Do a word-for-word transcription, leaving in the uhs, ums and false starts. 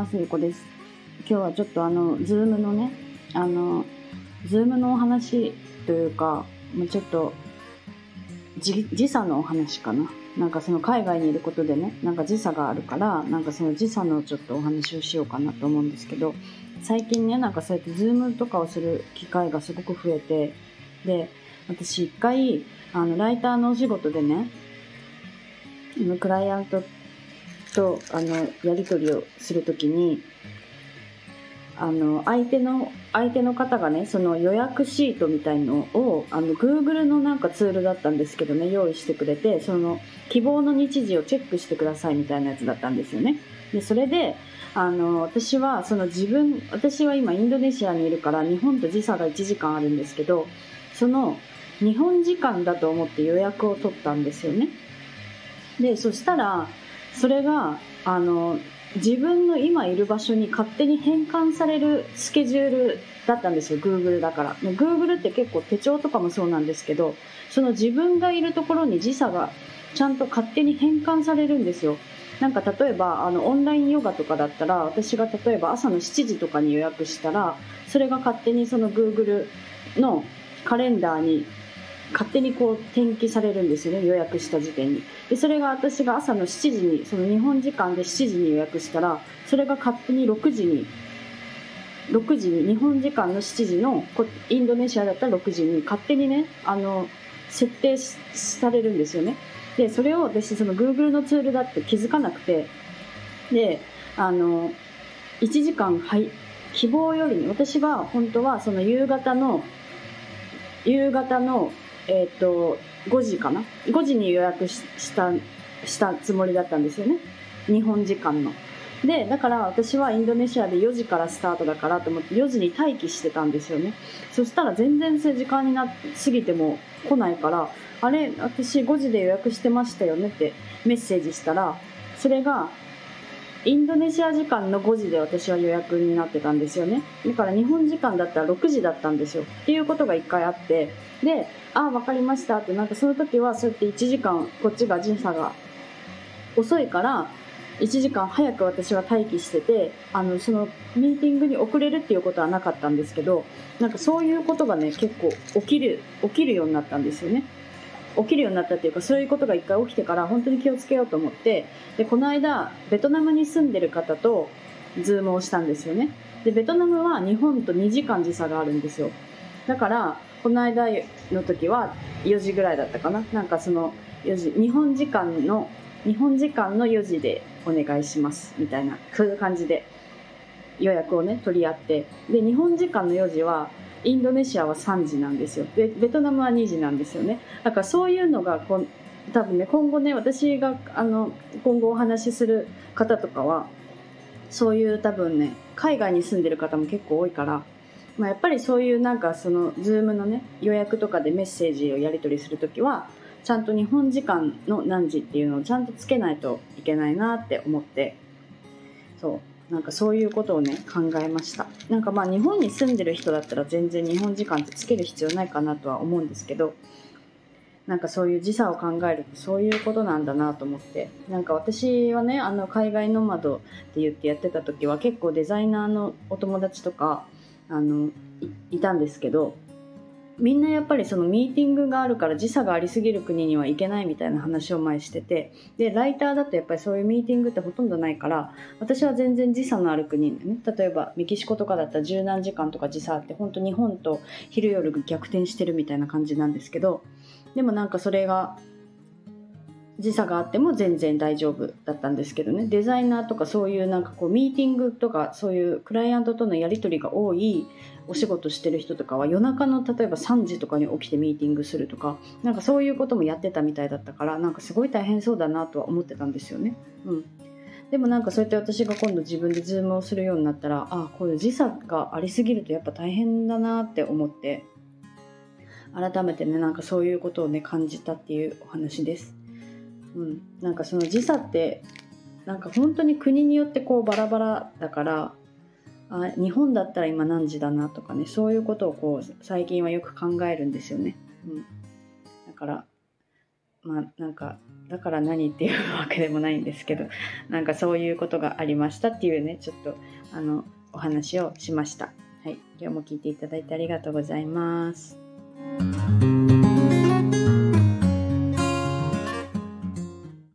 ます。ゆこです。今日はちょっとあのズームのねあのズームのお話というか、もうちょっと時, 時差のお話かな。なんかその海外にいることでね、なんか時差があるから、なんかその時差のちょっとお話をしようかなと思うんですけど、最近ねなんかそうやってズームとかをする機会がすごく増えて、で私一回あのライターのお仕事でね、クライアントとあのやり取りをするときに、あの相手の相手の方がね、その予約シートみたいのをあの Google のなんかツールだったんですけどね、用意してくれて、その希望の日時をチェックしてくださいみたいなやつだったんですよね。でそれであの私はその自分私は今インドネシアにいるから、日本と時差がいちじかんあるんですけど、その日本時間だと思って予約を取ったんですよね。でそしたらそれがあの自分の今いる場所に勝手に変換されるスケジュールだったんですよ。 Google だから。 Google って結構手帳とかもそうなんですけど、その自分がいるところに時差がちゃんと勝手に変換されるんですよ。なんか例えばあのオンラインヨガとかだったら、私が例えば朝のしちじとかに予約したら、それが勝手にその Google のカレンダーに勝手にこう転記されるんですよね、予約した時点に。でそれが私が朝のしちじに、その日本時間でしちじに予約したら、それが勝手にろくじにろくじに、日本時間のしちじのインドネシアだったらろくじに勝手にねあの設定されるんですよね。でそれを私その Google のツールだって気づかなくて、であのいちじかん、はい、希望よりに、私は本当はその夕方の夕方のえー、とごじかな、ごじに予約 し, したしたつもりだったんですよね、日本時間の。でだから私はインドネシアでよじからスタートだからと思ってよじに待機してたんですよね。そしたら全然そういう時間にな過ぎても来ないから、あれ私ごじで予約してましたよねってメッセージしたら、それがインドネシア時間のごじで私は予約になってたんですよね。だから日本時間だったらろくじだったんですよっていうことがいっかいあって、でああ分かりましたって、なんかその時はそうやっていちじかんこっちが時差が遅いからいちじかん早く私は待機してて、あのそのミーティングに遅れるっていうことはなかったんですけど、なんかそういうことがね結構起きる起きるようになったんですよね。起きるようになったっていうか、そういうことが一回起きてから本当に気をつけようと思って、でこの間ベトナムに住んでる方とズームをしたんですよね。でベトナムは日本とにじかん時差があるんですよ。だからこの間の時はよじぐらいだったかな、なんかそのよじ、日本時間の日本時間のよじでお願いしますみたいな、そういう感じで予約をね取り合って、で日本時間のよじはインドネシアはさんじなんですよ。でベトナムはにじなんですよね。だからそういうのがこ多分ね、今後ね私があの今後お話しする方とかはそういう多分ね海外に住んでる方も結構多いから、まあ、やっぱりそういうなんかその Zoom のね予約とかでメッセージをやり取りするときはちゃんと日本時間の何時っていうのをちゃんとつけないといけないなって思って、そうなんかそういうことをね考えました。なんかまあ日本に住んでる人だったら全然日本時間ってつける必要ないかなとは思うんですけど、なんかそういう時差を考えるとそういうことなんだなと思って、なんか私はねあの海外ノマドって言ってやってた時は結構デザイナーのお友達とかあの い, いたんですけど、みんなやっぱりそのミーティングがあるから時差がありすぎる国には行けないみたいな話を前してて、でライターだとやっぱりそういうミーティングってほとんどないから、私は全然時差のある国でね、例えばメキシコとかだったら十何時間とか時差あって、本当日本と昼夜が逆転してるみたいな感じなんですけど、でもなんかそれが時差があっても全然大丈夫だったんですけどね。デザイナーとかそういうなんかこうミーティングとかそういうクライアントとのやり取りが多いお仕事してる人とかは夜中の例えばさんじとかに起きてミーティングするとか、なんかそういうこともやってたみたいだったから、なんかすごい大変そうだなとは思ってたんですよね。うん。でもなんかそうやって私が今度自分でズームをするようになったら、あこういう時差がありすぎるとやっぱ大変だなって思って、改めてねなんかそういうことをね感じたっていうお話です。うん、なんかその時差ってなんか本当に国によってこうバラバラだから、あ日本だったら今何時だなとかね、そういうことをこう最近はよく考えるんですよね。うん、だからまあなんかだから何っていうわけでもないんですけど、なんかそういうことがありましたっていうね、ちょっとあのお話をしました。はい、今日も聞いていただいてありがとうございます。